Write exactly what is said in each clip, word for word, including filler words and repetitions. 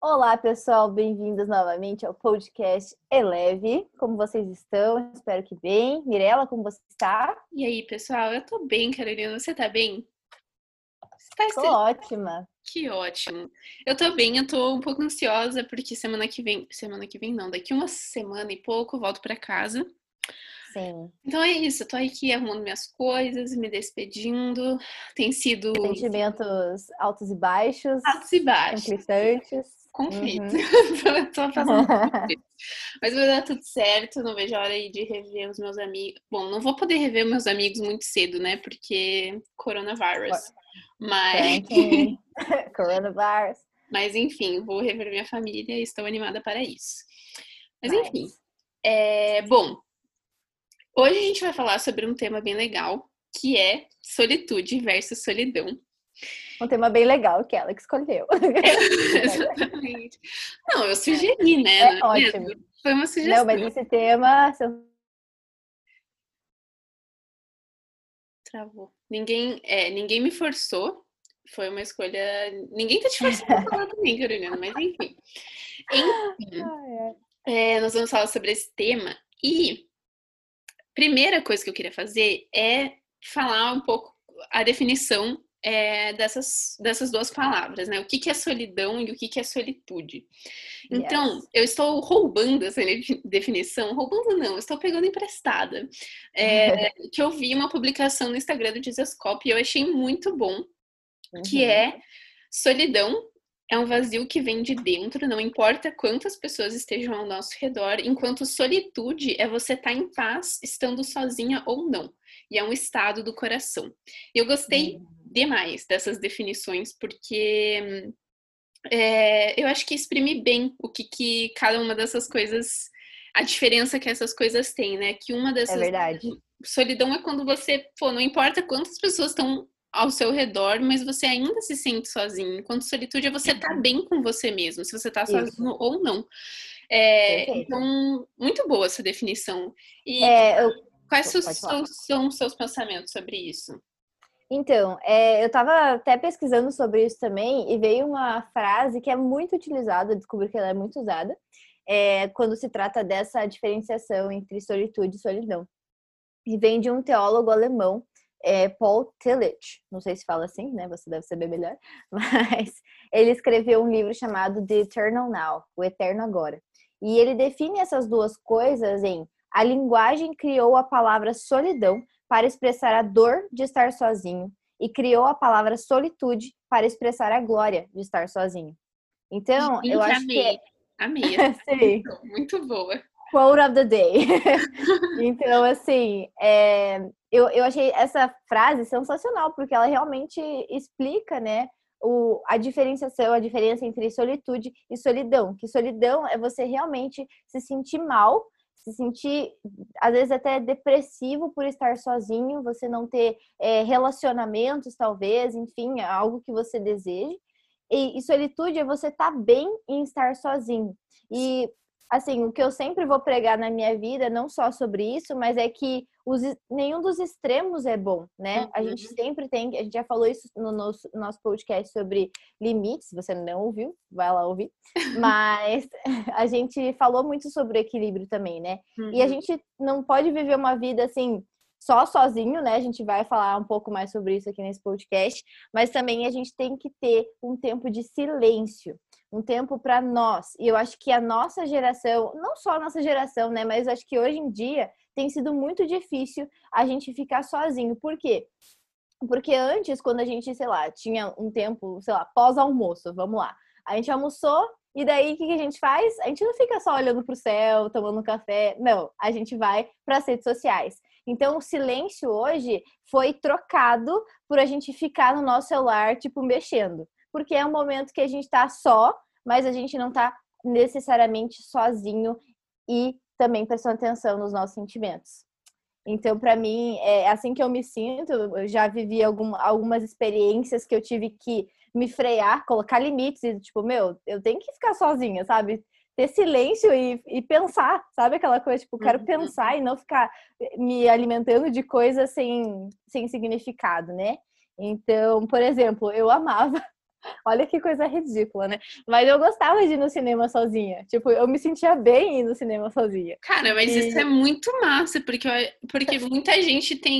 Olá, pessoal, bem-vindos novamente ao podcast Eleve. Como vocês estão? Espero que bem. Mirela, como você está? E aí, pessoal? Eu tô bem, Carolina. Você tá bem? Você tá Tô este- ótima. Que ótimo. Eu tô bem, eu tô um pouco ansiosa porque semana que vem, semana que vem não, daqui uma semana e pouco eu volto pra casa. Sim, Então é isso, eu tô aqui arrumando minhas coisas, me despedindo. Tem sido sentimentos altos e baixos, altos e baixos, conflitantes. conflito. Uhum. Tô passando por conflito. Mas vai dar tudo certo, não vejo a hora aí de rever os meus amigos. Bom, não vou poder rever meus amigos muito cedo, né? Porque coronavírus. Mas Quarantine, coronavirus. Mas enfim, vou rever minha família e estou animada para isso. Mas enfim, Nice. é, bom, hoje a gente vai falar sobre um tema bem legal, que é solitude versus solidão. Um tema bem legal que ela que escolheu. Brincadeira. Exatamente. Não, eu sugeri, né? Não É é ótimo. mesmo? Foi uma Não, mas sugestão. esse tema, Travou. Ninguém, é, ninguém me forçou. Foi uma escolha. Ninguém tá te forçando a falar também, Carolina, mas enfim. Enfim, é, nós vamos falar sobre esse tema e primeira coisa que eu queria fazer é falar um pouco a definição é, dessas, dessas duas palavras, né? O que, que é solidão e o que, que é solitude. Então, yes. eu estou roubando essa definição, roubando não, eu estou pegando emprestada, é, que eu vi uma publicação no Instagram do Dizascope e eu achei muito bom, que Uhum. é solidão é um vazio que vem de dentro, não importa quantas pessoas estejam ao nosso redor, enquanto solitude é você estar em paz, estando sozinha ou não. E é um estado do coração. Eu gostei Uhum. demais dessas definições, porque é, eu acho que exprime bem o que, que cada uma dessas coisas, a diferença que essas coisas têm, né? Que uma É dessas. verdade. Solidão é quando você, pô, não importa quantas pessoas estão ao seu redor, mas você ainda se sente sozinho. Enquanto solitude é você estar tá bem com você mesmo, se você está Isso. sozinho ou não. É, Perfeito. então, muito boa essa definição. E É, eu... quais Pode os falar. seus, são os seus pensamentos sobre isso? Então, é, eu estava até pesquisando sobre isso também e veio uma frase que é muito utilizada, descobri que ela é muito usada, é, quando se trata dessa diferenciação entre solitude e solidão. E vem de um teólogo alemão, é, Paul Tillich, não sei se fala assim, né? Você deve saber melhor, mas ele escreveu um livro chamado The Eternal Now, O Eterno Agora. E ele define essas duas coisas em: a linguagem criou a palavra solidão para expressar a dor de estar sozinho e criou a palavra solitude para expressar a glória de estar sozinho. Então, eu Gente, acho que é amei. Amei essa assim, definição. Muito boa. quote of the day. Então, assim, é, eu, eu achei essa frase sensacional, porque ela realmente explica, né, o, a diferenciação, a diferença entre solitude e solidão. Que solidão é você realmente se sentir mal, se sentir, às vezes, até depressivo por estar sozinho, você não ter é, relacionamentos, talvez, enfim, algo que você deseje. E, e solitude é você estar tá bem em estar sozinho. E assim, o que eu sempre vou pregar na minha vida, não só sobre isso, mas é que os, nenhum dos extremos é bom, né? A gente Uhum. sempre tem, a gente já falou isso no nosso, nosso podcast sobre limites, se você não ouviu, vai lá ouvir. Mas a gente falou muito sobre equilíbrio também, né? E a Uhum. gente não pode viver uma vida assim só sozinho, né? A gente vai falar um pouco mais sobre isso aqui nesse podcast, mas também a gente tem que ter um tempo de silêncio, um tempo para nós. E eu acho que a nossa geração, não só a nossa geração, né, mas acho que hoje em dia tem sido muito difícil a gente ficar sozinho. Por quê? Porque antes, quando a gente, sei lá, tinha um tempo, sei lá, pós-almoço, vamos lá. A gente almoçou e daí o que a gente faz? A gente não fica só olhando para o céu, tomando um café. Não, a gente vai para as redes sociais. Então, o silêncio hoje foi trocado por a gente ficar no nosso celular, tipo, mexendo. Porque é um momento que a gente está só, mas a gente não está necessariamente sozinho e também prestando atenção nos nossos sentimentos. Então, para mim, é assim que eu me sinto. Eu já vivi algum, algumas experiências que eu tive que me frear, colocar limites e, tipo, meu, eu tenho que ficar sozinha, sabe? Ter silêncio e, e pensar, sabe? Aquela coisa, tipo, quero Uhum. pensar e não ficar me alimentando de coisas sem, sem significado, né? Então, por exemplo, eu amava Olha que coisa ridícula, né? Mas eu gostava de ir no cinema sozinha. Tipo, eu me sentia bem ir no cinema sozinha. Cara, mas E... isso é muito massa, porque, porque muita gente tem,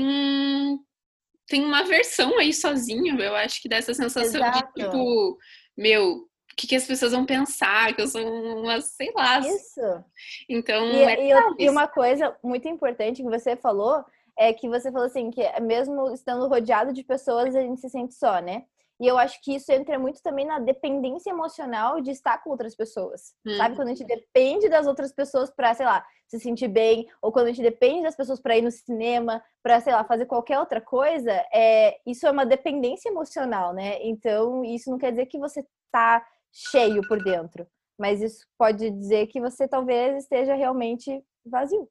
tem uma versão aí sozinho. Eu acho que dá essa sensação de, Exato. tipo, meu, o que, que as pessoas vão pensar? Que eu sou uma, sei lá. Isso. Então, E, é e, eu- legal e isso. uma coisa muito importante que você falou é que você falou assim, que mesmo estando rodeado de pessoas, a gente se sente só, né? E eu acho que isso entra muito também na dependência emocional de estar com outras pessoas. Sabe? Uhum. Quando a gente depende das outras pessoas pra, sei lá, se sentir bem, ou quando a gente depende das pessoas pra ir no cinema, pra, sei lá, fazer qualquer outra coisa, é, isso é uma dependência emocional, né? Então, isso não quer dizer que você tá cheio por dentro. Mas isso pode dizer que você talvez esteja realmente vazio.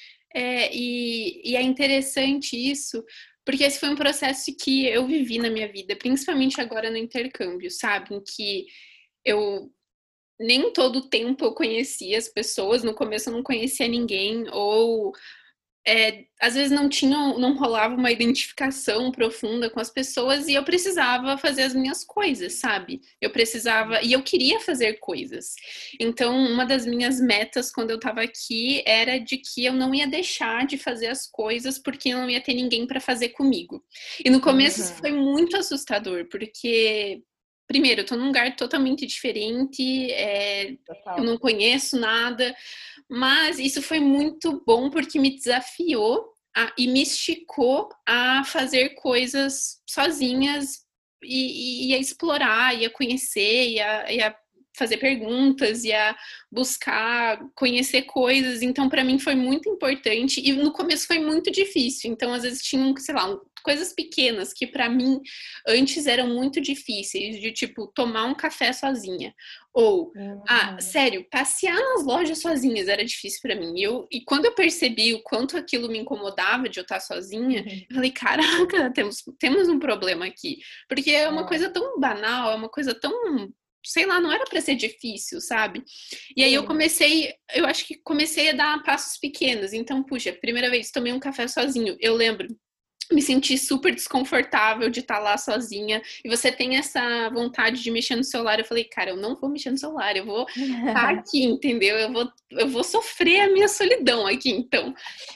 É, e, e é interessante isso, porque esse foi um processo que eu vivi na minha vida, principalmente agora no intercâmbio, sabe? Em que eu nem todo o tempo eu conhecia as pessoas, no começo eu não conhecia ninguém, ou é, às vezes não tinha, não rolava uma identificação profunda com as pessoas e eu precisava fazer as minhas coisas, sabe? Eu precisava, e eu queria fazer coisas. Então, uma das minhas metas quando eu tava aqui era de que eu não ia deixar de fazer as coisas porque não ia ter ninguém para fazer comigo. E no começo isso Uhum. foi muito assustador, porque primeiro, eu tô num lugar totalmente diferente, é, eu não conheço nada, mas isso foi muito bom porque me desafiou a, e me esticou a fazer coisas sozinhas e, e, e a explorar, e a conhecer, e a, e a fazer perguntas, e a buscar conhecer coisas. Então, para mim, foi muito importante. E no começo foi muito difícil. Então, às vezes, tinham, sei lá, coisas pequenas que para mim antes eram muito difíceis, de tipo, tomar um café sozinha. Ou, Uhum. ah, sério, passear nas lojas sozinhas era difícil para mim. E, eu, e quando eu percebi o quanto aquilo me incomodava de eu estar sozinha, Uhum. eu falei, caraca, temos, temos um problema aqui. Porque é uma É. coisa tão banal, é uma coisa tão, sei lá, não era para ser difícil, sabe? E aí eu Sim. comecei, eu acho que comecei a dar passos pequenos. Então, puxa, primeira vez tomei um café sozinho. Eu lembro, me senti super desconfortável de estar lá sozinha. E você tem essa vontade de mexer no celular. Eu falei, cara, eu não vou mexer no celular, eu vou estar aqui, entendeu? Eu vou, eu vou sofrer a minha solidão aqui, então.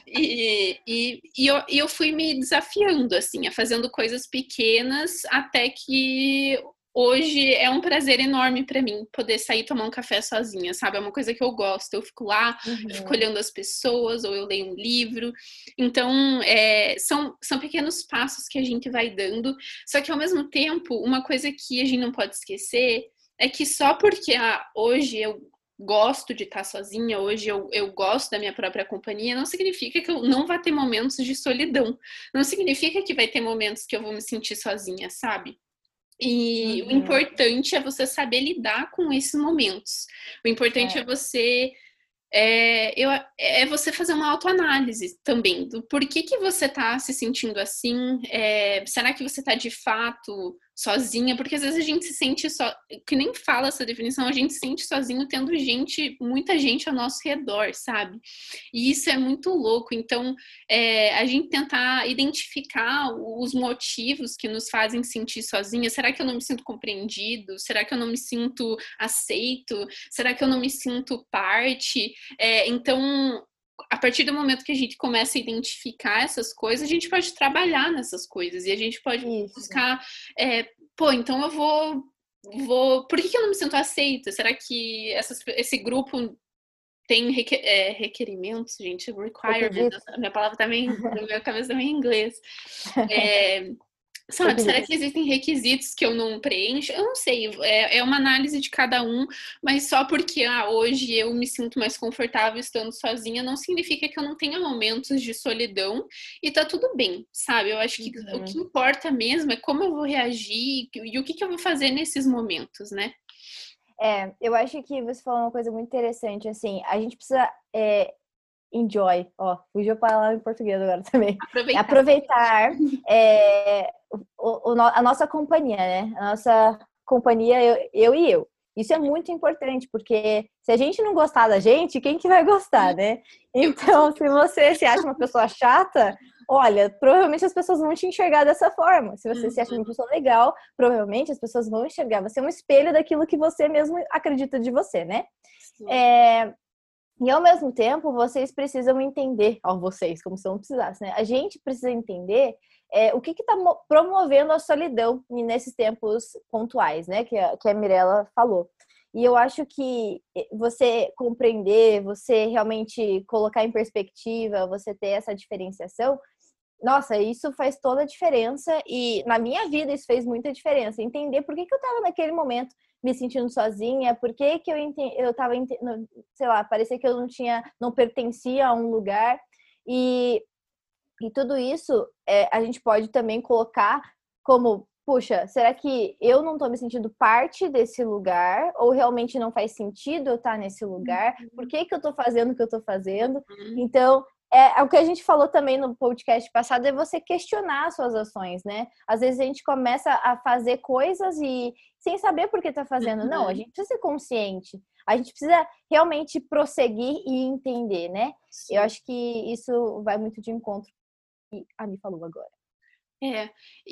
E, e, e, eu, e eu fui me desafiando, assim, a fazendo coisas pequenas até que hoje é um prazer enorme para mim poder sair tomar um café sozinha, sabe? É uma coisa que eu gosto. Eu fico lá, Uhum. eu fico olhando as pessoas, ou eu leio um livro. Então, é, são, são pequenos passos que a gente vai dando. Só que, ao mesmo tempo, uma coisa que a gente não pode esquecer é que só porque ah, hoje eu gosto de estar sozinha, hoje eu, eu gosto da minha própria companhia, não significa que eu não vá ter momentos de solidão. Não significa que vai ter momentos que eu vou me sentir sozinha, sabe? E o Uhum. importante é você saber lidar com esses momentos. O importante é, É. é você é, eu, é você fazer uma autoanálise também do porquê que você tá se sentindo assim. É, será que você tá de fato sozinha? Porque às vezes a gente se sente só, que nem fala essa definição, a gente se sente sozinho tendo gente, muita gente ao nosso redor, sabe? E isso é muito louco. Então, é, a gente tentar identificar os motivos que nos fazem sentir sozinha. Será que eu não me sinto compreendido? Será que eu não me sinto aceito? Será que eu não me sinto parte? É, então, a partir do momento que a gente começa a identificar essas coisas, a gente pode trabalhar nessas coisas e a gente pode Isso. buscar, é, pô, então eu vou, vou, por que, que eu não me sinto aceita? Será que essas, esse grupo tem requer, é, requerimentos, gente, requirements, a minha palavra também, na minha cabeça também em inglês. É, sabe, será que existem requisitos que eu não preencho? Eu não sei, é, é uma análise de cada um, mas só porque ah, hoje eu me sinto mais confortável estando sozinha, não significa que eu não tenha momentos de solidão e tá tudo bem, sabe? Eu acho que uhum. o que importa mesmo é como eu vou reagir e o que, que eu vou fazer nesses momentos, né? É, eu acho que você falou uma coisa muito interessante, assim, a gente precisa é, enjoy, ó, fugiu a palavra em português agora também. Aproveitar, aproveitar é, o, o, a nossa companhia, né? A nossa companhia, eu, eu e eu. Isso é muito importante, porque se a gente não gostar da gente, quem que vai gostar, né? Então, se você se acha uma pessoa chata, olha, provavelmente as pessoas vão te enxergar dessa forma. Se você Uhum. se acha uma pessoa legal, provavelmente as pessoas vão enxergar. Você é um espelho daquilo que você mesmo acredita de você, né? É, e ao mesmo tempo, vocês precisam entender, ó, vocês, como se eu não precisasse, né? A gente precisa entender é, o que está promovendo a solidão nesses tempos pontuais, né? Que a, que a Mirella falou. E eu acho que você compreender, você realmente colocar em perspectiva, você ter essa diferenciação, nossa, isso faz toda a diferença. E na minha vida isso fez muita diferença. Entender por que, que eu estava naquele momento me sentindo sozinha, por que, que eu, eu tava, sei lá, parecia que eu não tinha, não pertencia a um lugar. E, e tudo isso é, a gente pode também colocar como, puxa, será que eu não tô me sentindo parte desse lugar? Ou realmente não faz sentido eu estar nesse lugar? Por que, que eu tô fazendo o que eu tô fazendo? Então, é, o que a gente falou também no podcast passado é você questionar as suas ações, né? Às vezes a gente começa a fazer coisas e sem saber por que tá fazendo. Uhum. Não, a gente precisa ser consciente. A gente precisa realmente prosseguir e entender, né? Sim. Eu acho que isso vai muito de encontro que a Mi falou agora. É,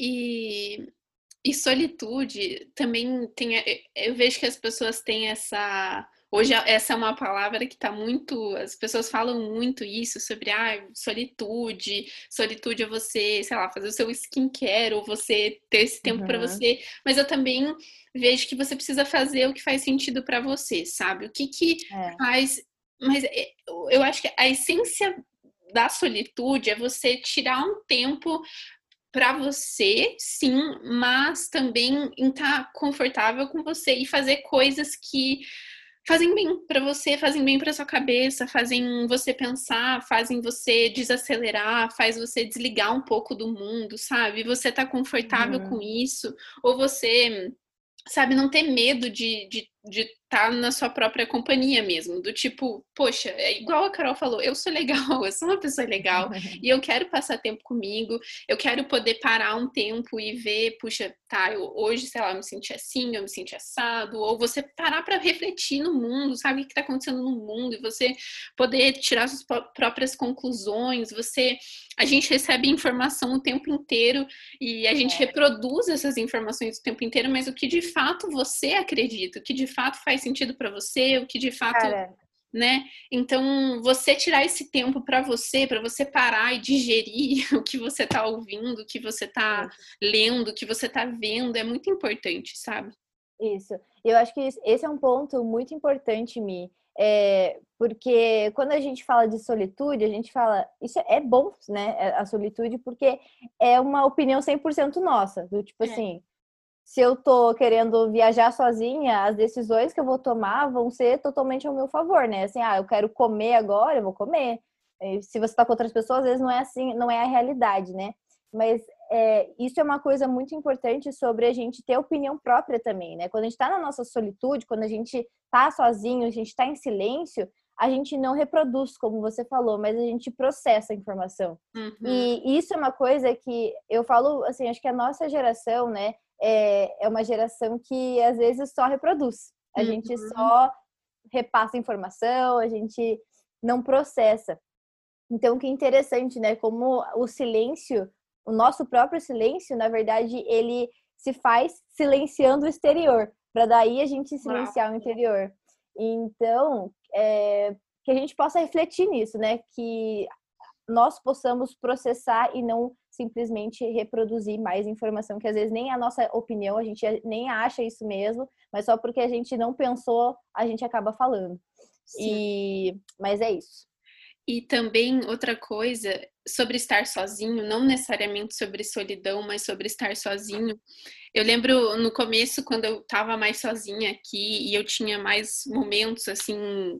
e, e solitude também tem... Eu vejo que as pessoas têm essa... Hoje essa é uma palavra que tá muito... As pessoas falam muito isso sobre ah, solitude. Solitude é você, sei lá, fazer o seu skincare ou você ter esse tempo uhum. para você. Mas eu também vejo que você precisa fazer o que faz sentido para você, sabe? O que que é. faz... Mas eu acho que a essência da solitude é você tirar um tempo para você, sim, mas também em estar confortável com você e fazer coisas que fazem bem para você, fazem bem para sua cabeça, fazem você pensar, fazem você desacelerar, faz você desligar um pouco do mundo, sabe? Você tá confortável uhum. com isso, ou você, sabe, não ter medo de de de estar na sua própria companhia mesmo, do tipo, poxa, é igual a Carol falou, eu sou legal, eu sou uma pessoa legal e eu quero passar tempo comigo, eu quero poder parar um tempo e ver, puxa, tá, eu, hoje, sei lá, eu me senti assim, eu me senti assado, ou você parar para refletir no mundo, sabe, o que tá acontecendo no mundo, e você poder tirar suas próprias conclusões, você, a gente recebe informação o tempo inteiro e a gente é. reproduz essas informações o tempo inteiro, mas o que de fato você acredita, o que de fato faz sentido para você, o que de fato, Cara. né? Então, você tirar esse tempo para você, para você parar e digerir o que você tá ouvindo, o que você tá isso. lendo, o que você tá vendo, é muito importante, sabe? Isso. Eu acho que esse é um ponto muito importante, Mi. É, porque quando a gente fala de solitude, a gente fala, isso é bom, né? A solitude, porque é uma opinião cem por cento nossa, do tipo é. assim, se eu tô querendo viajar sozinha, as decisões que eu vou tomar vão ser totalmente ao meu favor, né? Assim, ah, eu quero comer agora, eu vou comer. Se você tá com outras pessoas, às vezes não é assim, não é a realidade, né? Mas é, isso é uma coisa muito importante sobre a gente ter opinião própria também, né? Quando a gente tá na nossa solitude, quando a gente tá sozinho, a gente tá em silêncio, a gente não reproduz, como você falou, mas a gente processa a informação. Uhum. E isso é uma coisa que eu falo, assim, acho que a nossa geração, né? É, é uma geração que às vezes só reproduz. A uhum. gente só repassa informação, a gente não processa. Então, que interessante, né? Como o silêncio, o nosso próprio silêncio, na verdade, ele se faz silenciando o exterior, para daí a gente silenciar Uau. o interior. Então, é, que a gente possa refletir nisso, né? Que nós possamos processar e não simplesmente reproduzir mais informação, que às vezes nem a nossa opinião, a gente nem acha isso mesmo, mas só porque a gente não pensou, a gente acaba falando. E... Mas é isso. E também outra coisa sobre estar sozinho, não necessariamente sobre solidão, mas sobre estar sozinho. Eu lembro no começo, quando eu tava mais sozinha aqui e eu tinha mais momentos assim,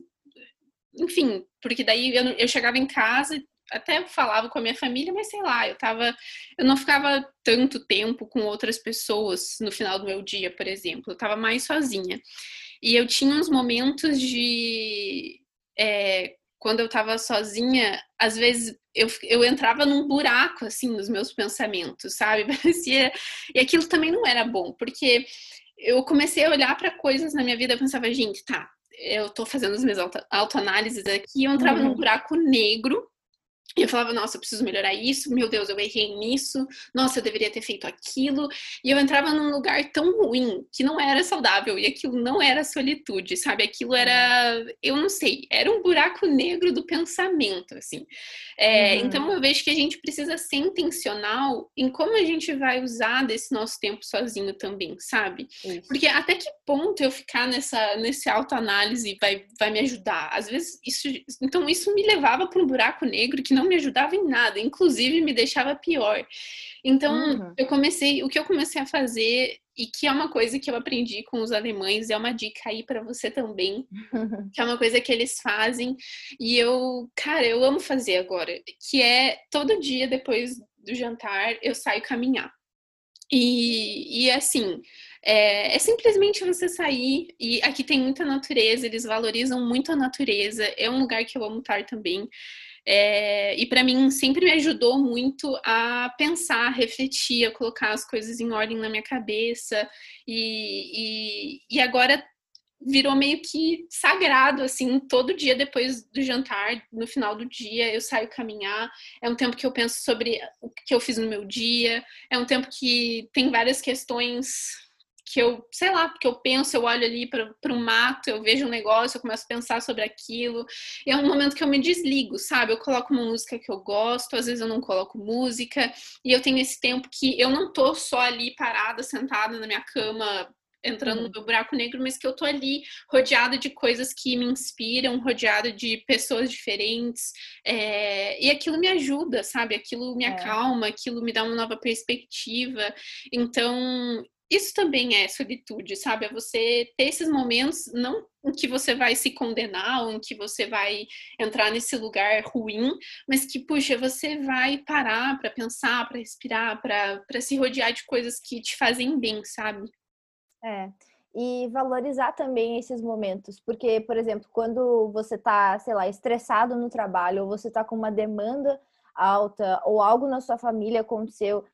enfim, porque daí eu, eu chegava em casa, até falava com a minha família, mas sei lá, eu tava, eu não ficava tanto tempo com outras pessoas no final do meu dia, por exemplo, eu tava mais sozinha. E eu tinha uns momentos de... É, quando eu tava sozinha, às vezes eu, eu entrava num buraco, assim, nos meus pensamentos, sabe? Parecia... E aquilo também não era bom, porque eu comecei a olhar para coisas na minha vida e pensava, gente, tá, eu tô fazendo as minhas auto- autoanálises aqui, eu entrava uhum. num buraco negro, E eu falava, nossa, eu preciso melhorar isso, meu Deus, eu errei nisso, nossa, eu deveria ter feito aquilo. E eu entrava num lugar tão ruim, que não era saudável, e aquilo não era solitude, sabe? Aquilo era, eu não sei, era um buraco negro do pensamento, assim. É, Uhum. Então eu vejo que a gente precisa ser intencional em como a gente vai usar desse nosso tempo sozinho também, sabe? Isso. Porque até que ponto eu ficar nessa, nesse autoanálise vai, vai me ajudar? Às vezes, isso, então isso me levava para um buraco negro que não me ajudava em nada, inclusive me deixava pior. Então, Uhum. eu comecei, o que eu comecei a fazer, e que é uma coisa que eu aprendi com os alemães, é uma dica aí para você também, que é uma coisa que eles fazem, e eu, cara, eu amo fazer agora, que é todo dia depois do jantar eu saio caminhar. E, e assim, é, é simplesmente você sair, e aqui tem muita natureza, eles valorizam muito a natureza, é um lugar que eu amo estar também. É, e para mim sempre me ajudou muito a pensar, a refletir, a colocar as coisas em ordem na minha cabeça. E, e, e agora virou meio que sagrado, assim, todo dia depois do jantar, no final do dia, eu saio caminhar. É um tempo que eu penso sobre o que eu fiz no meu dia. É um tempo que tem várias questões que eu, sei lá, porque eu penso, eu olho ali para o mato, eu vejo um negócio, eu começo a pensar sobre aquilo. E é um momento que eu me desligo, sabe? Eu coloco uma música que eu gosto, às vezes eu não coloco música, e eu tenho esse tempo que eu não tô só ali parada, sentada na minha cama, entrando no meu buraco negro, mas que eu tô ali rodeada de coisas que me inspiram, rodeada de pessoas diferentes, é... e aquilo me ajuda, sabe? Aquilo me acalma, aquilo me dá uma nova perspectiva. Então, isso também é solitude, sabe? É você ter esses momentos, não em que você vai se condenar, ou em que você vai entrar nesse lugar ruim, mas que, puxa, você vai parar para pensar, para respirar, para se rodear de coisas que te fazem bem, sabe? É. E valorizar também esses momentos, porque, por exemplo, quando você tá, sei lá, estressado no trabalho, ou você tá com uma demanda alta, ou algo na sua família aconteceu,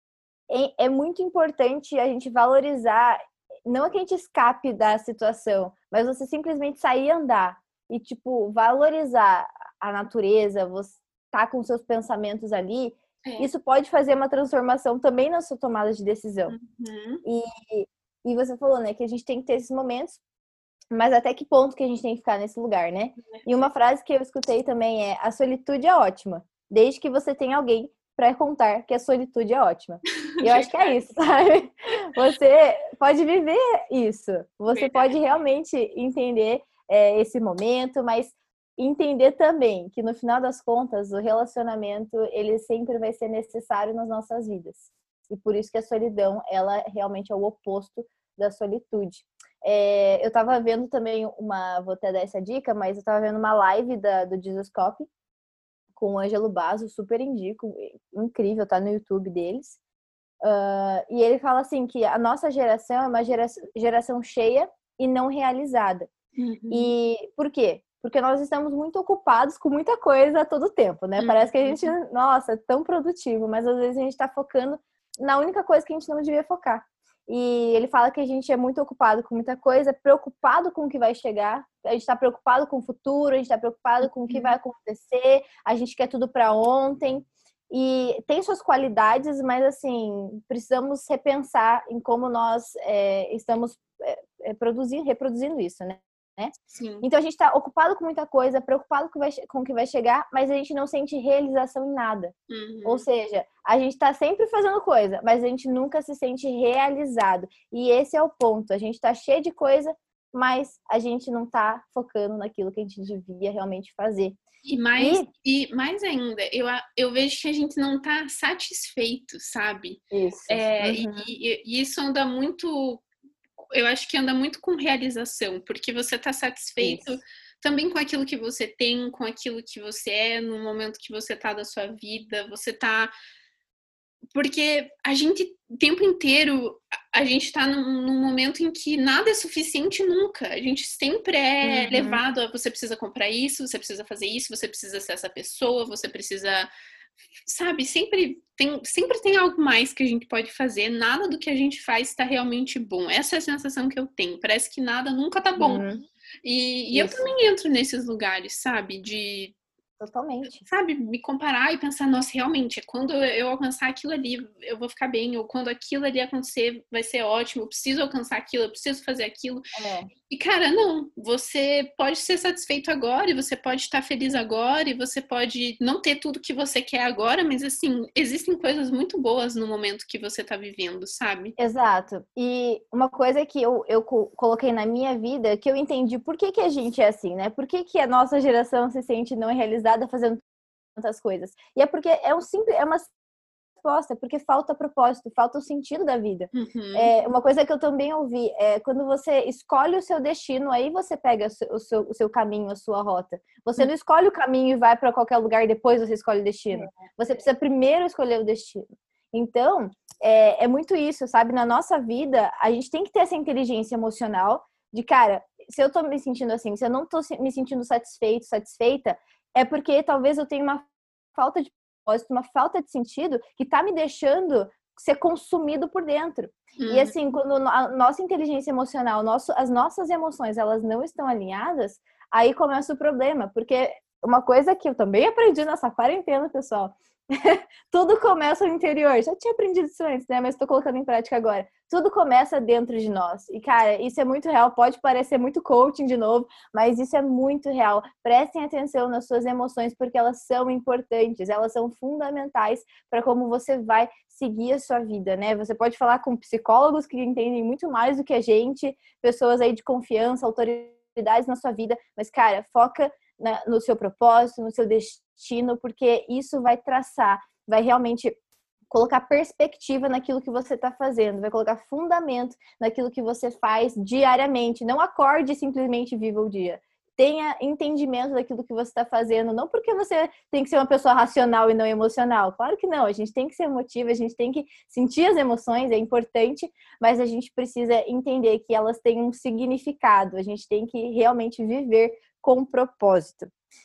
é muito importante a gente valorizar, não é que a gente escape da situação, mas você simplesmente sair e andar e, tipo, valorizar a natureza, você tá com seus pensamentos ali, é. Isso pode fazer uma transformação também na sua tomada de decisão. Uhum. E, e você falou, né, que a gente tem que ter esses momentos, mas até que ponto que a gente tem que ficar nesse lugar, né? E uma frase que eu escutei também é: a solitude é ótima, desde que você tenha alguém para contar que a solitude é ótima. E eu acho que é isso, sabe? Você pode viver isso. Você Verdade. Pode realmente entender é, esse momento, mas entender também que no final das contas o relacionamento ele sempre vai ser necessário nas nossas vidas. E por isso que a solidão, ela realmente é o oposto da solitude. É, eu tava vendo também uma, vou até dar essa dica, mas eu tava vendo uma live da, do Jesus Cop com o Ângelo Basso, super indico, incrível, tá no YouTube deles. Uh, e ele fala assim que a nossa geração é uma geração, geração cheia e não realizada. Uhum. E por quê? Porque nós estamos muito ocupados com muita coisa a todo tempo, né? Uhum. Parece que a gente, nossa, é tão produtivo, mas às vezes a gente tá focando na única coisa que a gente não devia focar. E ele fala que a gente é muito ocupado com muita coisa, preocupado com o que vai chegar, a gente está preocupado com o futuro, a gente está preocupado com o que vai acontecer, a gente quer tudo para ontem. E tem suas qualidades, mas assim, precisamos repensar em como nós é, estamos é, produzindo, reproduzindo isso, né? Sim. Então a gente está ocupado com muita coisa, preocupado com, vai, com o que vai chegar, mas a gente não sente realização em nada. Uhum. Ou seja, a gente está sempre fazendo coisa, mas a gente nunca se sente realizado. E esse é o ponto. A gente está cheio de coisa, mas a gente não está focando naquilo que a gente devia realmente fazer. E mais, e... e mais ainda, eu, eu vejo que a gente não está satisfeito, sabe? Isso. É, uhum. e, e isso anda muito... Eu acho que anda muito com realização, porque você está satisfeito Isso. também com aquilo que você tem, com aquilo que você é, no momento que você está da sua vida, você está... Porque a gente, o tempo inteiro, a gente está num, num momento em que nada é suficiente nunca. A gente sempre é uhum. levado a você precisa comprar isso, você precisa fazer isso, você precisa ser essa pessoa, você precisa... Sabe, sempre tem, sempre tem algo mais que a gente pode fazer. Nada do que a gente faz está realmente bom. Essa é a sensação que eu tenho. Parece que nada nunca tá bom. Uhum. E, e eu também entro nesses lugares, sabe? De Totalmente. Sabe, me comparar e pensar, nossa, realmente, quando eu alcançar aquilo ali, eu vou ficar bem, ou quando aquilo ali acontecer, vai ser ótimo, eu preciso alcançar aquilo, eu preciso fazer aquilo. É. E, cara, não, você pode ser satisfeito agora, e você pode estar feliz agora, e você pode não ter tudo que você quer agora, mas, assim, existem coisas muito boas no momento que você tá vivendo, sabe? Exato. E uma coisa que eu, eu coloquei na minha vida, que eu entendi por que, que a gente é assim, né? Por que, que a nossa geração se sente não realizada fazendo tantas coisas? E é porque é um simples, é uma resposta, porque falta propósito, falta o sentido da vida. Uhum. É, uma coisa que eu também ouvi é quando você escolhe o seu destino, aí você pega o seu, o seu caminho, a sua rota. Você não escolhe o caminho e vai para qualquer lugar e depois você escolhe o destino. Você precisa primeiro escolher o destino. Então, é, é muito isso, sabe? Na nossa vida, a gente tem que ter essa inteligência emocional de, cara, se eu tô me sentindo assim, se eu não tô me sentindo satisfeito, satisfeita, é porque talvez eu tenha uma falta de propósito, uma falta de sentido que tá me deixando ser consumido por dentro. Hum. E assim, quando a nossa inteligência emocional, nosso, as nossas emoções, elas não estão alinhadas, aí começa o problema. Porque uma coisa que eu também aprendi nessa quarentena, pessoal, tudo começa no interior. Já tinha aprendido isso antes, né? Mas tô colocando em prática agora. Tudo começa dentro de nós. E, cara, isso é muito real. Pode parecer muito coaching de novo, mas isso é muito real. Prestem atenção nas suas emoções, porque elas são importantes. Elas são fundamentais para como você vai seguir a sua vida, né? Você pode falar com psicólogos que entendem muito mais do que a gente, pessoas aí de confiança, autoridades na sua vida. Mas, cara, foca na, no seu propósito, no seu destino, porque isso vai traçar, vai realmente colocar perspectiva naquilo que você está fazendo, vai colocar fundamento naquilo que você faz diariamente. Não acorde e simplesmente viva o dia. Tenha entendimento daquilo que você está fazendo, não porque você tem que ser uma pessoa racional e não emocional. Claro que não, a gente tem que ser emotiva, a gente tem que sentir as emoções, é importante, mas a gente precisa entender que elas têm um significado, a gente tem que realmente viver com propósito.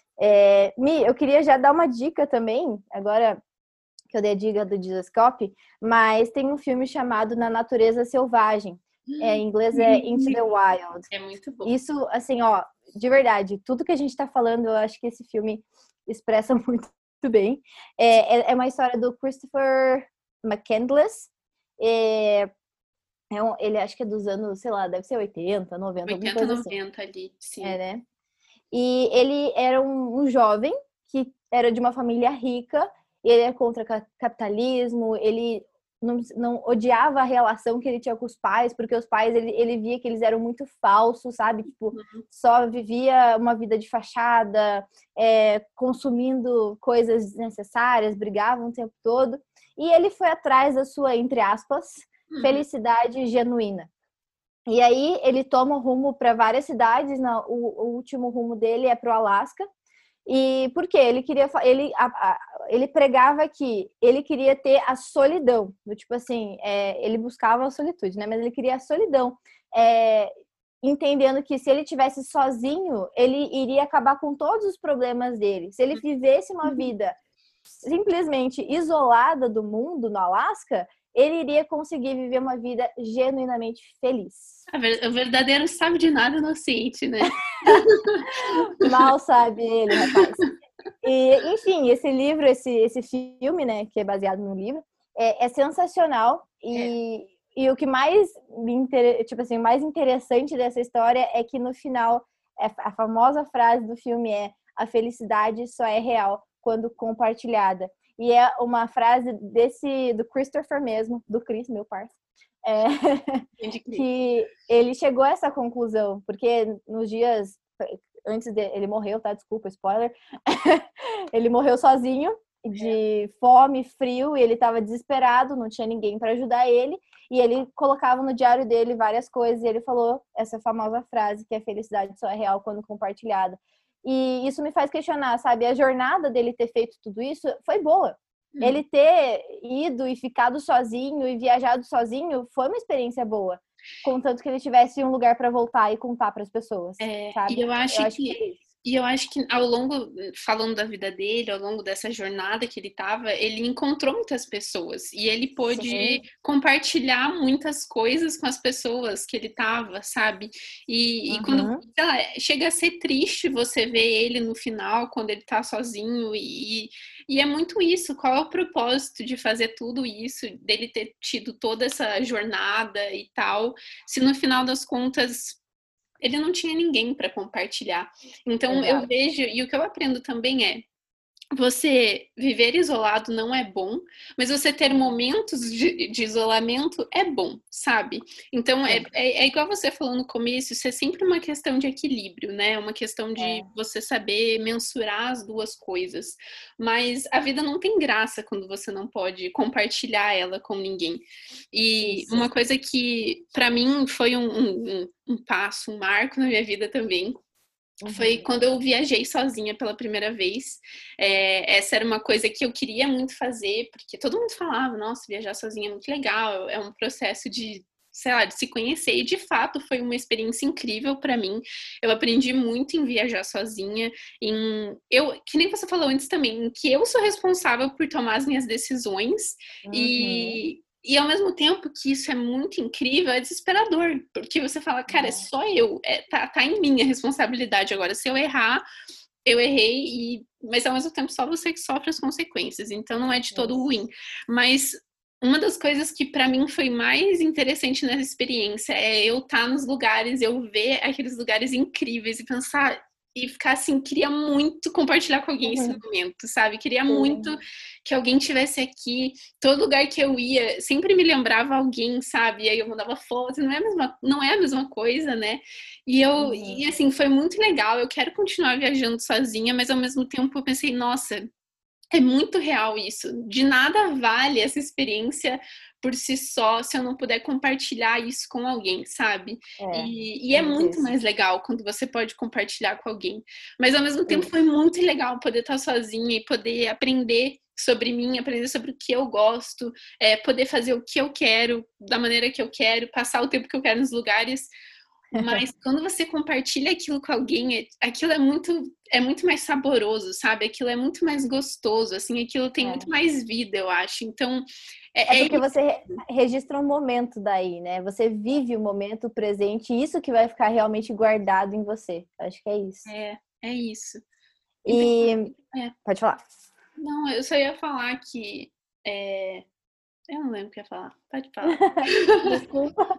É, Mi, eu queria já dar uma dica também, agora que eu dei a dica do Disascope, mas tem um filme chamado Na Natureza Selvagem. É, em inglês é Into the Wild. É muito bom. Isso, assim, ó, de verdade, tudo que a gente tá falando, eu acho que esse filme expressa muito bem. É, é uma história do Christopher McCandless. É, é um, ele acho que é dos anos, sei lá, deve ser oitenta, noventa, alguma coisa assim. noventa ali, sim. É, né? E ele era um, um jovem que era de uma família rica, ele é contra o capitalismo, ele não, não odiava a relação que ele tinha com os pais, porque os pais, ele, ele via que eles eram muito falsos, sabe? Tipo, uhum. Só vivia uma vida de fachada, é, consumindo coisas desnecessárias, brigavam o tempo todo. E ele foi atrás da sua, entre aspas, uhum. felicidade genuína. E aí ele toma o rumo para várias cidades, na, o, o último rumo dele é para o Alasca. E por quê? Ele queria, ele, a, a, ele pregava que ele queria ter a solidão, do tipo assim, é, ele buscava a solitude, né? Mas ele queria a solidão, é, entendendo que se ele tivesse sozinho, ele iria acabar com todos os problemas dele. Se ele vivesse uma vida simplesmente isolada do mundo no Alasca, ele iria conseguir viver uma vida genuinamente feliz. O verdadeiro sabe de nada inocente, né? Mal sabe ele, rapaz. E, enfim, esse livro, esse, esse filme, né, que é baseado no livro, é, é sensacional. E, é. e o que mais me inter... tipo assim, mais interessante dessa história é que no final, a famosa frase do filme é: a felicidade só é real quando compartilhada. E é uma frase desse, do Christopher mesmo, do Chris, meu parceiro, é, que ele chegou a essa conclusão, porque nos dias antes dele, ele morreu, tá? Desculpa, spoiler. Ele morreu sozinho, de fome, frio, e ele estava desesperado, não tinha ninguém para ajudar ele, e ele colocava no diário dele várias coisas, e ele falou essa famosa frase, que a felicidade só é real quando compartilhada. E isso me faz questionar, sabe? A jornada dele ter feito tudo isso foi boa. Hum. Ele ter ido e ficado sozinho e viajado sozinho foi uma experiência boa. Contanto que ele tivesse um lugar para voltar e contar para as pessoas, é, sabe? E eu acho, eu acho que, que é E eu acho que ao longo, falando da vida dele, ao longo dessa jornada que ele estava, ele encontrou muitas pessoas e ele pôde Sim. compartilhar muitas coisas com as pessoas que ele estava, sabe? E, uhum. e quando, sei lá, chega a ser triste você ver ele no final, quando ele tá sozinho e, e é muito isso. Qual é o propósito de fazer tudo isso, dele ter tido toda essa jornada e tal, se no final das contas ele não tinha ninguém para compartilhar. Então, Exato. eu vejo, e o que eu aprendo também é, você viver isolado não é bom, mas você ter momentos de, de isolamento é bom, sabe? Então, é, é, é igual você falou no começo, isso é sempre uma questão de equilíbrio, né? Uma questão de é. você saber mensurar as duas coisas. Mas a vida não tem graça quando você não pode compartilhar ela com ninguém. E isso. Uma coisa que, para mim, foi um, um, um passo, um marco na minha vida também, Uhum. foi quando eu viajei sozinha pela primeira vez. É, essa era uma coisa que eu queria muito fazer, porque todo mundo falava, nossa, viajar sozinha é muito legal, é um processo de, sei lá, de se conhecer, e de fato foi uma experiência incrível para mim. Eu aprendi muito em viajar sozinha, em, eu, que nem você falou antes também, em que eu sou responsável por tomar as minhas decisões, uhum. e... E ao mesmo tempo que isso é muito incrível, é desesperador. Porque você fala, cara, é só eu. É, tá, tá em mim a responsabilidade agora. Se eu errar, eu errei. E... Mas ao mesmo tempo só você que sofre as consequências. Então não é de todo ruim. Mas uma das coisas que pra mim foi mais interessante nessa experiência é eu estar nos lugares, eu ver aqueles lugares incríveis e pensar... E ficar assim, queria muito compartilhar com alguém uhum. esse momento, sabe? Queria Sim. muito que alguém tivesse aqui. Todo lugar que eu ia, sempre me lembrava alguém, sabe? E aí eu mandava fotos, não é a mesma, não é a mesma coisa, né? E eu, uhum. e assim, foi muito legal. Eu quero continuar viajando sozinha, mas ao mesmo tempo eu pensei, nossa, é muito real isso. De nada vale essa experiência por si só, se eu não puder compartilhar isso com alguém, sabe? É, e, e é muito isso. mais legal quando você pode compartilhar com alguém. Mas ao mesmo tempo isso. foi muito legal poder estar sozinha e poder aprender sobre mim, aprender sobre o que eu gosto, é, poder fazer o que eu quero, da maneira que eu quero, passar o tempo que eu quero nos lugares. Mas quando você compartilha aquilo com alguém, aquilo é muito, é muito mais saboroso, sabe? Aquilo é muito mais gostoso, assim, aquilo tem é. muito mais vida, eu acho. Então, é, é porque é... você registra um momento daí, né? Você vive o momento presente e isso que vai ficar realmente guardado em você. Acho que é isso. É, é isso. E... Então, é. Pode falar. Não, eu só ia falar que... É... Eu não lembro o que ia falar. Pode falar. Desculpa.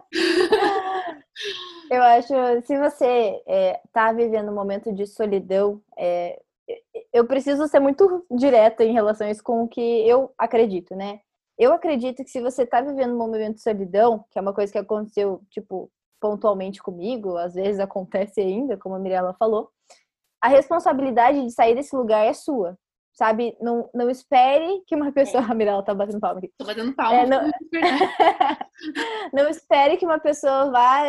Eu acho, se você é, tá vivendo um momento de solidão, é, eu preciso ser muito direta em relação a isso com o que eu acredito, né? Eu acredito que se você tá vivendo um momento de solidão, que é uma coisa que aconteceu, tipo, pontualmente comigo, às vezes acontece ainda, como a Mirella falou, a responsabilidade de sair desse lugar é sua. Sabe, não, não espere que uma pessoa... É. A Mirella tá batendo palma aqui. Tô batendo palma. É, não... não espere que uma pessoa vá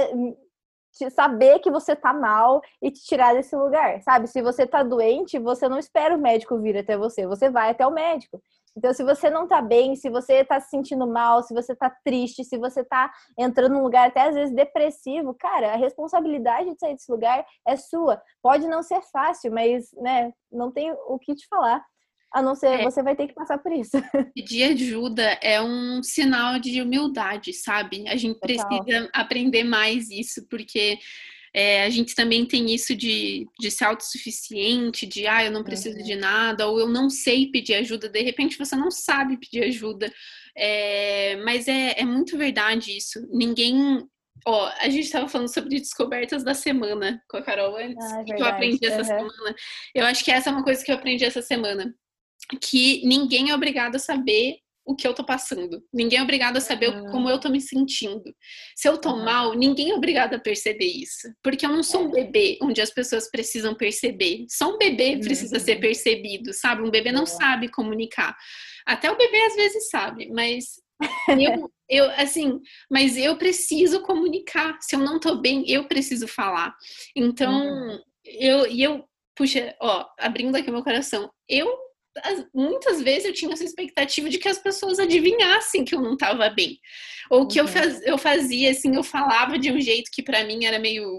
saber que você tá mal e te tirar desse lugar, sabe? Se você tá doente, você não espera o médico vir até você, você vai até o médico. Então, se você não tá bem, se você tá se sentindo mal, se você tá triste, se você tá entrando num lugar até às vezes depressivo, cara, a responsabilidade de sair desse lugar é sua. Pode não ser fácil, mas, né, não tem o que te falar. A não ser, é. você vai ter que passar por isso. Pedir ajuda é um sinal de humildade, sabe? A gente Total. precisa aprender mais isso, porque é, a gente também tem isso de, de ser autossuficiente, de, ah, eu não preciso uhum. de nada, ou eu não sei pedir ajuda. De repente, você não sabe pedir ajuda. É, mas é, é muito verdade isso. Ninguém... Ó, a gente estava falando sobre descobertas da semana com a Carol antes, ah, é que eu aprendi essa uhum. semana. Eu acho que essa é uma coisa que eu aprendi essa semana. Que ninguém é obrigado a saber o que eu tô passando. Ninguém é obrigado a saber uhum. como eu tô me sentindo. Se eu tô uhum. mal, ninguém é obrigado a perceber isso. Porque eu não sou um bebê onde as pessoas precisam perceber. Só um bebê uhum. precisa ser percebido, sabe? Um bebê não sabe comunicar. Até o bebê às vezes sabe, mas... eu, eu, assim, mas eu preciso comunicar. Se eu não tô bem, eu preciso falar. Então, uhum. eu, e eu, puxa, ó, abrindo aqui meu coração, eu muitas vezes eu tinha essa expectativa de que as pessoas adivinhassem que eu não estava bem. Ou que uhum. eu, faz, eu fazia, assim, eu falava de um jeito que pra mim era meio...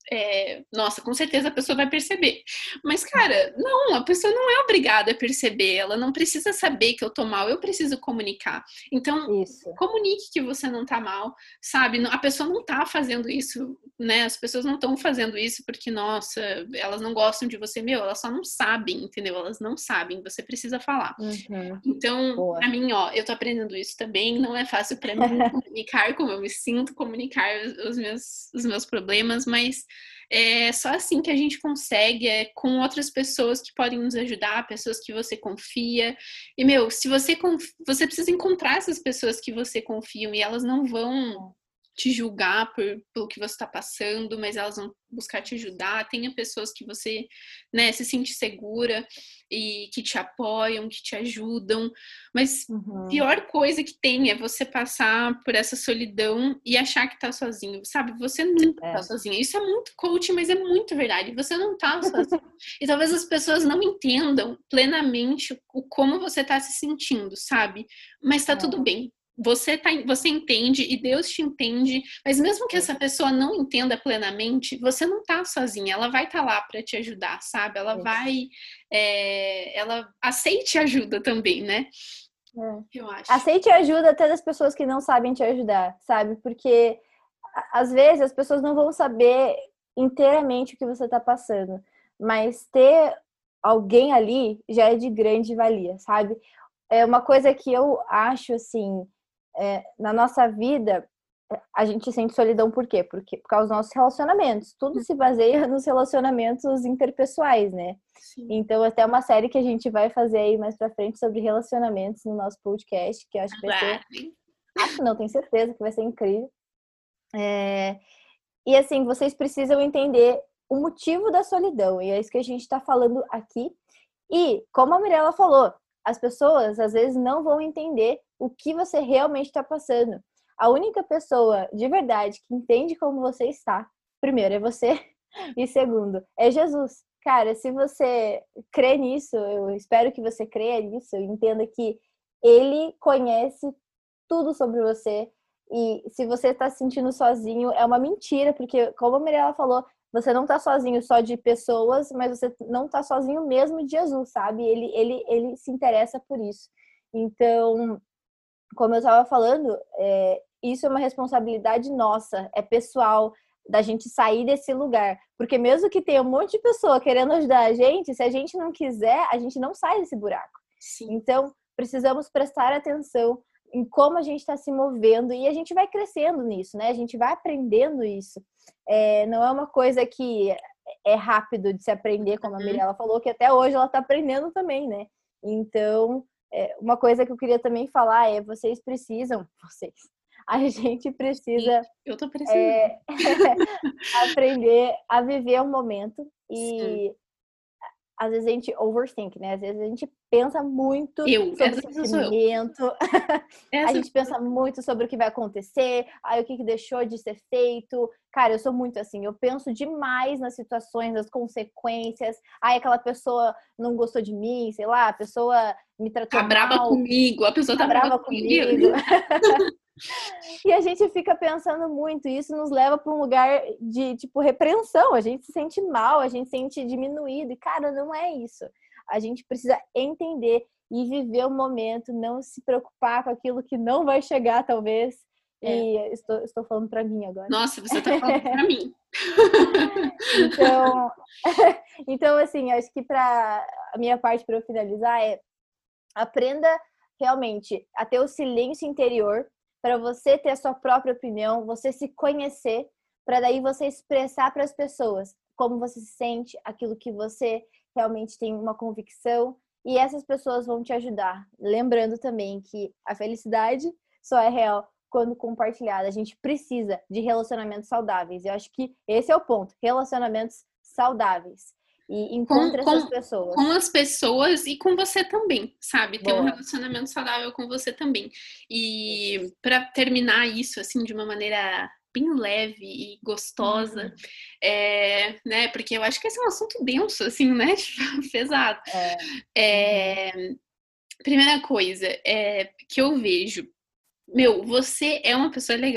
é, nossa, com certeza a pessoa vai perceber. Mas, cara, não, a pessoa não é obrigada a perceber, ela não precisa saber que eu tô mal, eu preciso comunicar. Então, Isso. comunique que você não tá mal, sabe? A pessoa não tá fazendo isso, né? As pessoas não estão fazendo isso porque, nossa, elas não gostam de você, meu, elas só não sabem, entendeu? Elas não sabem, você precisa falar. Uhum. Então, Boa. pra mim, ó, eu tô aprendendo isso também, não é fácil pra mim comunicar como eu me sinto, comunicar os meus, os meus problemas, mas é só assim que a gente consegue, é com outras pessoas que podem nos ajudar, pessoas que você confia. E, meu, se você conf... você precisa encontrar essas pessoas que você confia e elas não vão te julgar por, pelo que você está passando, mas elas vão buscar te ajudar. Tenha pessoas que você, né, se sente segura e que te apoiam, que te ajudam. Mas Uhum. a pior coisa que tem é você passar por essa solidão e achar que tá sozinho, sabe? Você nunca É. tá sozinho. Isso é muito coaching, mas é muito verdade. Você não tá sozinho. E talvez as pessoas não entendam plenamente o como você tá se sentindo, sabe? Mas tá É. tudo bem. Você, tá, você entende e Deus te entende, mas mesmo que essa pessoa não entenda plenamente, você não tá sozinha, ela vai estar tá lá para te ajudar, sabe? Ela vai, é, ela aceite ajuda também, né? É. Eu acho. Aceite ajuda até das pessoas que não sabem te ajudar, sabe? Porque às vezes as pessoas não vão saber inteiramente o que você tá passando, mas ter alguém ali já é de grande valia, sabe? É uma coisa que eu acho assim, é, na nossa vida, a gente sente solidão por quê? Porque, por causa dos nossos relacionamentos. Tudo se baseia nos relacionamentos interpessoais, né? Sim. Então, até uma série que a gente vai fazer aí mais pra frente sobre relacionamentos no nosso podcast, que eu acho que vai ser... Acho não, tenho certeza que vai ser incrível. É... E assim, vocês precisam entender o motivo da solidão. E é isso que a gente tá falando aqui. E, como a Mirella falou, as pessoas às vezes não vão entender o que você realmente está passando. A única pessoa de verdade que entende como você está, primeiro, é você, e segundo, é Jesus. Cara, se você crê nisso, eu espero que você creia nisso, entenda que Ele conhece tudo sobre você. E se você está se sentindo sozinho, é uma mentira, porque, como a Mirella falou, você não tá sozinho só de pessoas, mas você não tá sozinho mesmo de Jesus, sabe? Ele, ele, ele se interessa por isso. Então, como eu estava falando, é, isso é uma responsabilidade nossa, é pessoal, da gente sair desse lugar. Porque mesmo que tenha um monte de pessoa querendo ajudar a gente, se a gente não quiser, a gente não sai desse buraco. Sim. Então, precisamos prestar atenção em como a gente está se movendo e a gente vai crescendo nisso, né? A gente vai aprendendo isso. É, não é uma coisa que é rápido de se aprender, como a Mirella falou, que até hoje ela está aprendendo também, né? Então, é, uma coisa que eu queria também falar é, vocês precisam, vocês, a gente precisa eu tô precisando. É, aprender a viver o momento e... Sim. Às vezes a gente overthink, né? Às vezes a gente pensa muito eu, sobre o sentimento. A gente pensa muito sobre o que vai acontecer, aí o que deixou de ser feito. Cara, eu sou muito assim, eu penso demais nas situações, nas consequências. Aí aquela pessoa não gostou de mim, sei lá, a pessoa me tratou mal. Tá mal. brava comigo, a pessoa tá, tá brava comigo. E a gente fica pensando muito, e isso nos leva para um lugar de, tipo, repreensão. A gente se sente mal, a gente se sente diminuído. E, cara, não é isso. A gente precisa entender e viver o momento, não se preocupar com aquilo que não vai chegar, talvez. É. E estou, estou falando para mim agora. Nossa, você tá falando para mim. Então, então, assim, acho que para a minha parte, para eu finalizar, é aprenda realmente a ter o silêncio interior, para você ter a sua própria opinião, você se conhecer, para daí você expressar para as pessoas como você se sente, aquilo que você realmente tem uma convicção, e essas pessoas vão te ajudar. Lembrando também que a felicidade só é real quando compartilhada. A gente precisa de relacionamentos saudáveis. Eu acho que esse é o ponto, relacionamentos saudáveis. E encontre com, essas com, pessoas. Com as pessoas e com você também, sabe? Ter Boa. um relacionamento saudável com você também. E para terminar isso, assim, de uma maneira bem leve e gostosa, uhum. é, né? Porque eu acho que esse é um assunto denso, assim, né? Pesado. É. É, uhum. Primeira coisa é, que eu vejo, meu, você é uma pessoa legal.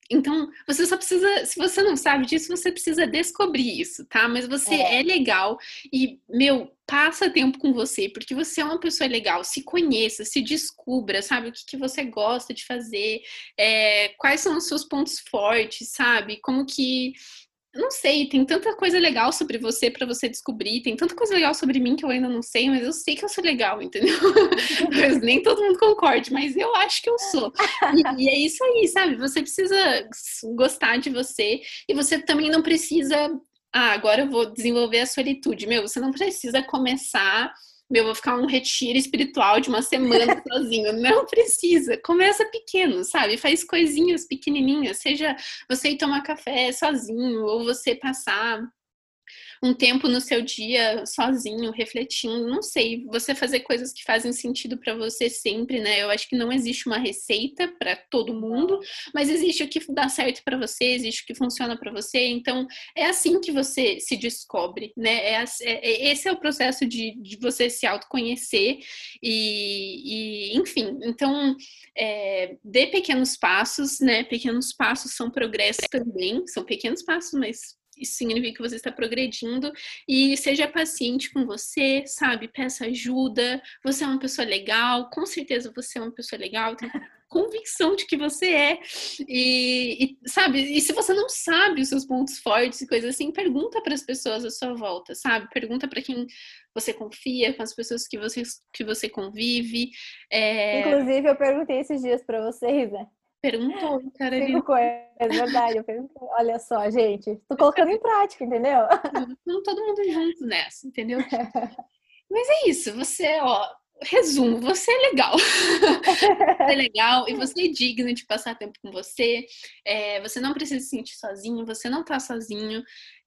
Então, você só precisa, se você não sabe disso, você precisa descobrir isso, tá? Mas você é, é legal e, meu, passa tempo com você, porque você é uma pessoa legal. Se conheça, se descubra, sabe? O que, que você gosta de fazer, é, quais são os seus pontos fortes, sabe? Como que não sei, tem tanta coisa legal sobre você pra você descobrir, tem tanta coisa legal sobre mim que eu ainda não sei, mas eu sei que eu sou legal, entendeu? Mas nem todo mundo concorde, mas eu acho que eu sou. E, e é isso aí, sabe? Você precisa gostar de você e você também não precisa. Ah, agora eu vou desenvolver a solitude. Meu, você não precisa começar. Meu, vou ficar um retiro espiritual de uma semana sozinho. Não precisa. Começa pequeno, sabe? Faz coisinhas pequenininhas. Seja você ir tomar café sozinho, ou você passar um tempo no seu dia sozinho, refletindo, não sei, você fazer coisas que fazem sentido para você sempre, né? Eu acho que não existe uma receita para todo mundo, mas existe o que dá certo para você, existe o que funciona para você, então é assim que você se descobre, né? É, é, esse é o processo de, de você se autoconhecer e, e enfim, então é, dê pequenos passos, né? Pequenos passos são progresso também, são pequenos passos, mas isso significa que você está progredindo e seja paciente com você, sabe? Peça ajuda. Você é uma pessoa legal, com certeza você é uma pessoa legal, tenho convicção de que você é. E, e sabe? E se você não sabe os seus pontos fortes e coisas assim, pergunta para as pessoas à sua volta, sabe? Pergunta para quem você confia, com as pessoas que você, que você convive. É... Inclusive, eu perguntei esses dias para vocês, né? Perguntou, Carolina. Cinco coisas, é verdade. Eu perguntei. Olha só, gente, tô colocando em prática, entendeu? Não, todo mundo junto nessa, entendeu? Mas é isso, você, ó, resumo, você é legal. Você é legal e você é digno de passar tempo com você. É, você não precisa se sentir sozinho, você não tá sozinho.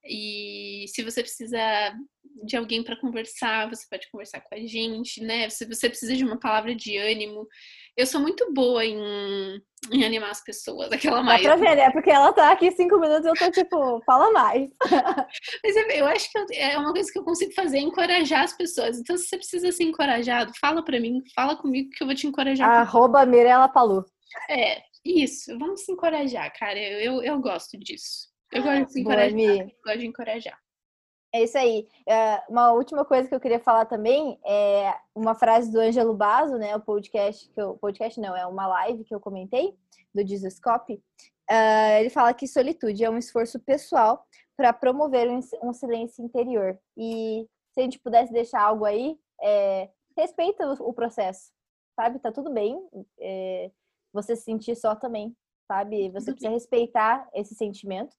E se você precisa de alguém para conversar, você pode conversar com a gente, né? Se você precisa de uma palavra de ânimo, eu sou muito boa em, em animar as pessoas, aquela mais. Dá pra ver, né? Porque ela tá aqui cinco minutos e eu tô tipo, fala mais. Mas eu acho que eu, é uma coisa que eu consigo fazer, é encorajar as pessoas. Então, se você precisa ser encorajado, fala pra mim, fala comigo que eu vou te encorajar. Arroba Mirella Palu. É, isso. Vamos se encorajar, cara. Eu, eu, eu gosto disso. Eu gosto de se Boa, encorajar. Mi. Eu gosto de encorajar. É isso aí. Uma última coisa que eu queria falar também é uma frase do Ângelo Basso, né? O podcast que eu... Podcast não, é uma live que eu comentei, do Jesuscope. Uh, ele fala que solitude é um esforço pessoal para promover um silêncio interior. E se a gente pudesse deixar algo aí, é, respeita o processo, sabe? Tá tudo bem é, você se sentir só também, sabe? Você precisa respeitar esse sentimento,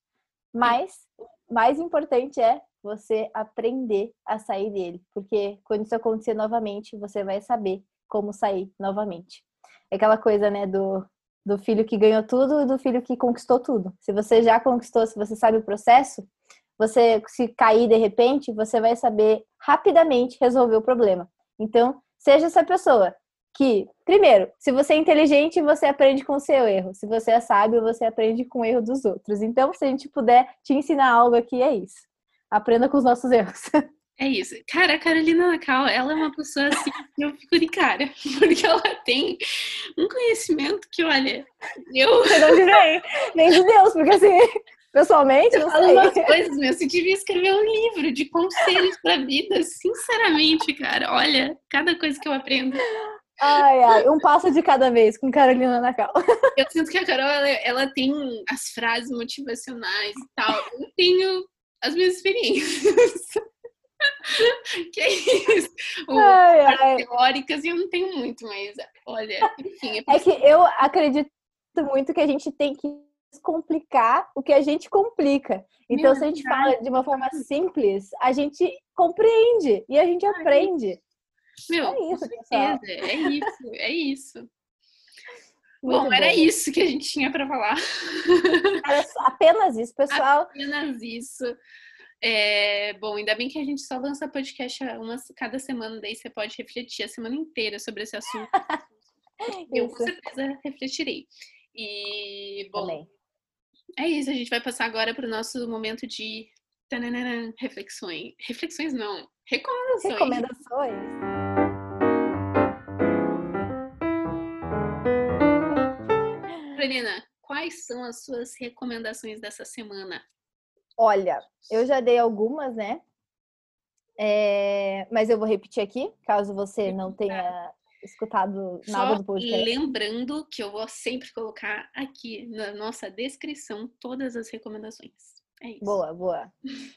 mas o mais importante é você aprender a sair dele, porque quando isso acontecer novamente, você vai saber como sair novamente. É aquela coisa, né, do, do filho que ganhou tudo e do filho que conquistou tudo. Se você já conquistou, se você sabe o processo, você, se cair de repente, você vai saber rapidamente resolver o problema. Então, seja essa pessoa que, primeiro, se você é inteligente, você aprende com o seu erro. Se você é sábio, você aprende com o erro dos outros. Então, se a gente puder te ensinar algo aqui, é isso. Aprenda com os nossos erros. É isso. Cara, a Carolina Nacal, ela é uma pessoa assim que eu fico de cara. Porque ela tem um conhecimento que, olha, eu... Sei de onde vem. Vem de Deus, porque assim, pessoalmente, não falo sei. umas coisas, meu. Você devia escrever um livro de conselhos pra vida. Sinceramente, cara. Olha, cada coisa que eu aprendo. Ai, ai. Um passo de cada vez com Carolina Nacal. Eu sinto que a Carol, ela, ela tem as frases motivacionais e tal. Eu tenho as minhas experiências. Que é isso? O, Ai, ai. teóricas e eu não tenho muito, mas olha, enfim. É, é que eu acredito muito que a gente tem que descomplicar o que a gente complica. Então, Meu, se a gente verdade. fala de uma forma simples, a gente compreende e a gente Ai, aprende. Meu, é isso, com certeza. Pessoal. É isso, é isso. Bom, bom, era isso que a gente tinha para falar. Era apenas isso, pessoal. Apenas isso. É, bom, ainda bem que a gente só lança podcast uma, cada semana, daí você pode refletir a semana inteira sobre esse assunto. Eu com certeza refletirei. E, bom, Também. é isso. A gente vai passar agora para o nosso momento de tananana, reflexões. Reflexões não, recomendações. Recomendações. Carolina, quais são as suas recomendações dessa semana? Olha, eu já dei algumas, né? É, mas eu vou repetir aqui, caso você não tenha escutado nada Só do podcast. lembrando que eu vou sempre colocar aqui na nossa descrição todas as recomendações. É isso. Boa, boa.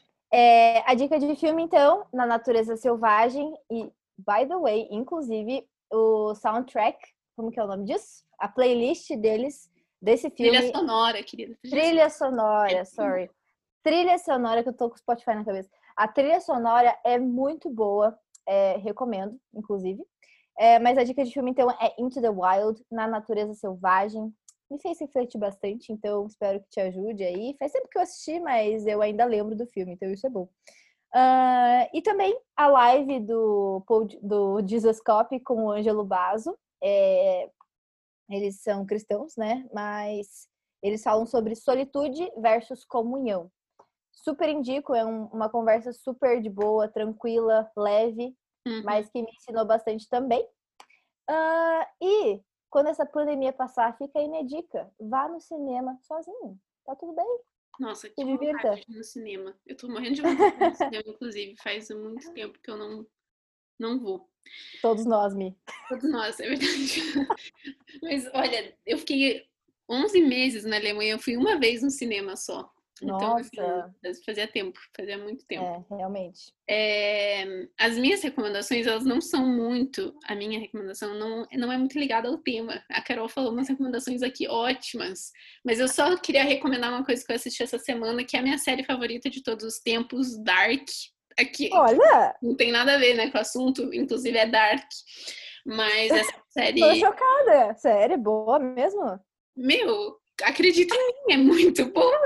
É, a dica de filme, então, Na Natureza Selvagem. E, by the way, inclusive, o soundtrack, como que é o nome disso? A playlist deles, desse filme. Trilha sonora, querida. Trilha sonora, sorry. Trilha sonora, que eu tô com o Spotify na cabeça. A trilha sonora é muito boa, é, recomendo, inclusive. É, mas a dica de filme, então, é Into the Wild, Na Natureza Selvagem. Me fez refletir bastante, então espero que te ajude aí. Faz tempo que eu assisti, mas eu ainda lembro do filme, então isso é bom. Uh, e também a live do, do Jesus Cop com o Ângelo Basso. É, eles são cristãos, né? Mas eles falam sobre solitude versus comunhão. Super indico, é um, uma conversa super de boa, tranquila, leve, uhum. mas que me ensinou bastante também. Uh, e quando essa pandemia passar, fica aí minha dica. Vá no cinema sozinho. Tá tudo bem. Nossa, que vontade de ir no cinema. Eu tô morrendo de vontade de ir no cinema, inclusive. Faz muito tempo que eu não, não vou. Todos nós, Mi. Todos nós, é verdade. Mas, olha, eu fiquei onze meses na Alemanha. Eu fui uma vez no cinema só. Então, Nossa. assim, fazia tempo, fazia muito tempo. É, realmente. É, as minhas recomendações, elas não são muito, a minha recomendação não, não é muito ligada ao tema. A Carol falou umas recomendações aqui ótimas, mas eu só queria recomendar uma coisa que eu assisti essa semana, que é a minha série favorita de todos os tempos, Dark. Aqui, Olha! Não tem nada a ver, né, com o assunto, inclusive é Dark. Mas essa série... Tô chocada! Série boa mesmo? Meu... Acredita em mim, é muito boa.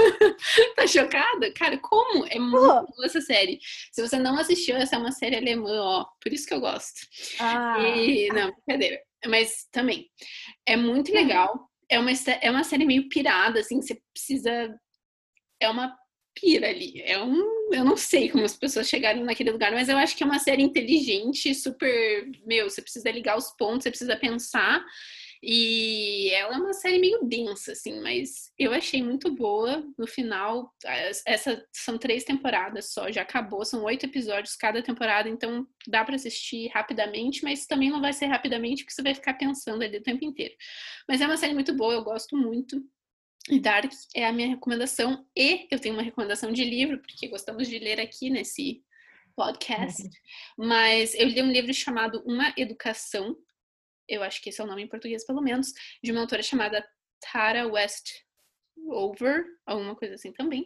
Tá chocada? Cara, como? É muito oh. boa essa série. Se você não assistiu, essa é uma série alemã, ó. Por isso que eu gosto. Ah. E, não, brincadeira. Mas também, é muito legal. É uma, é uma série meio pirada, assim, você precisa... É uma pira ali. É um... Eu não sei como as pessoas chegaram naquele lugar, mas eu acho que é uma série inteligente, super... Meu, você precisa ligar os pontos, você precisa pensar... E ela é uma série meio densa, assim, mas eu achei muito boa. No final, essa são três temporadas só, já acabou, são oito episódios cada temporada, então dá pra assistir rapidamente, mas também não vai ser rapidamente, porque você vai ficar pensando ali o tempo inteiro. Mas é uma série muito boa, eu gosto muito. E Dark é a minha recomendação, e eu tenho uma recomendação de livro, porque gostamos de ler aqui nesse podcast, mas eu li um livro chamado Uma Educação. Eu acho que esse é o nome em português, pelo menos, de uma autora chamada Tara Westover, alguma coisa assim também.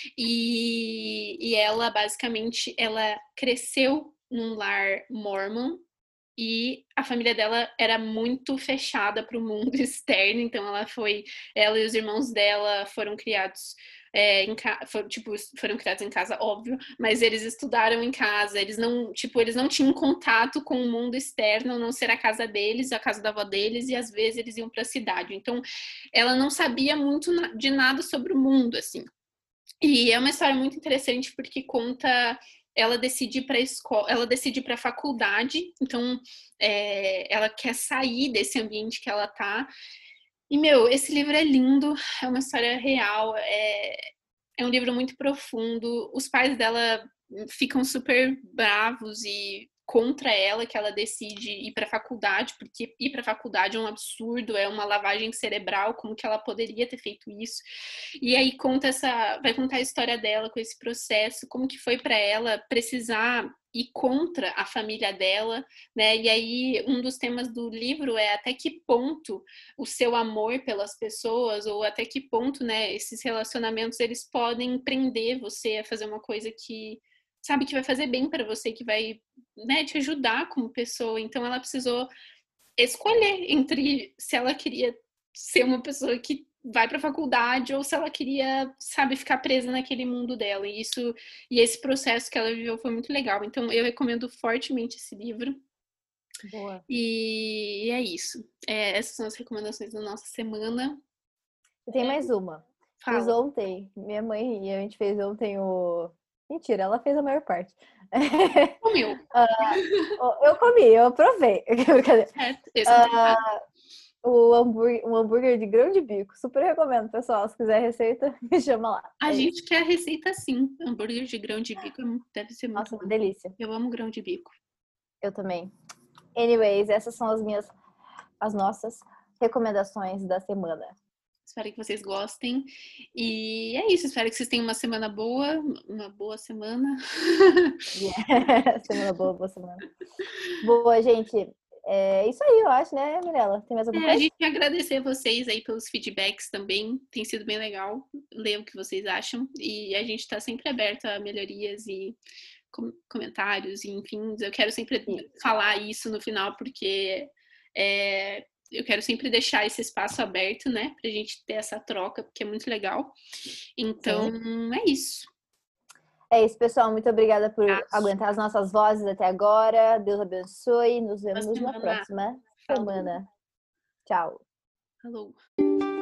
E, e ela, basicamente, ela cresceu num lar mormon e a família dela era muito fechada para o mundo externo, então ela foi, ela e os irmãos dela foram criados É, em ca... For, tipo, foram criados em casa, óbvio, mas eles estudaram em casa, eles não, tipo, eles não tinham contato com o mundo externo, a não ser a casa deles, a casa da avó deles, e às vezes eles iam para a cidade. Então, ela não sabia muito de nada sobre o mundo, assim. E é uma história muito interessante porque conta ela decide para escola, ela decide para a faculdade, então é, ela quer sair desse ambiente que ela tá. E, meu, esse livro é lindo, é uma história real, é, é um livro muito profundo. Os pais dela ficam super bravos e contra ela, que ela decide ir para a faculdade, porque ir para a faculdade é um absurdo, é uma lavagem cerebral, como que ela poderia ter feito isso. E aí conta essa, vai contar a história dela com esse processo, como que foi para ela precisar ir contra a família dela, né? E aí um dos temas do livro é até que ponto o seu amor pelas pessoas, ou até que ponto, né, esses relacionamentos eles podem prender você a fazer uma coisa que sabe que vai fazer bem para você, que vai, né, te ajudar como pessoa. Então ela precisou escolher entre se ela queria ser uma pessoa que vai para a faculdade ou se ela queria, sabe, ficar presa naquele mundo dela. E isso e esse processo que ela viveu foi muito legal. Então eu recomendo fortemente esse livro. Boa. E é isso. É, essas são as recomendações da nossa semana. Tem é. mais uma. Fala. Fiz ontem. Minha mãe e a gente fez ontem o... Mentira, ela fez a maior parte. Comeu. uh, eu comi, eu provei. Certo. Esse uh, o hambúrguer, um hambúrguer de grão de bico. Super recomendo, pessoal. Se quiser receita, me chama lá. A É gente isso. quer a receita sim. Hambúrguer de grão de bico deve ser muito Nossa, uma bom. delícia. Eu amo grão de bico. Eu também. Anyways, essas são as minhas, as nossas recomendações da semana. Espero que vocês gostem. E é isso. Espero que vocês tenham uma semana boa. Uma boa semana. Yeah. Semana boa, boa semana. Boa, gente. É isso aí, eu acho, né, Mirella? Tem mais alguma É, a coisa? gente quer agradecer vocês aí pelos feedbacks também. Tem sido bem legal ler o que vocês acham. E a gente está sempre aberto a melhorias e com- comentários, e enfim. Eu quero sempre Isso. falar isso no final, porque é, eu quero sempre deixar esse espaço aberto, né? Pra gente ter essa troca, porque é muito legal. Então, Sim. é isso. É isso, pessoal. Muito obrigada por Abraço. aguentar as nossas vozes até agora. Deus abençoe. Nos Boa vemos na semana. próxima Falou. semana. Tchau. Falou.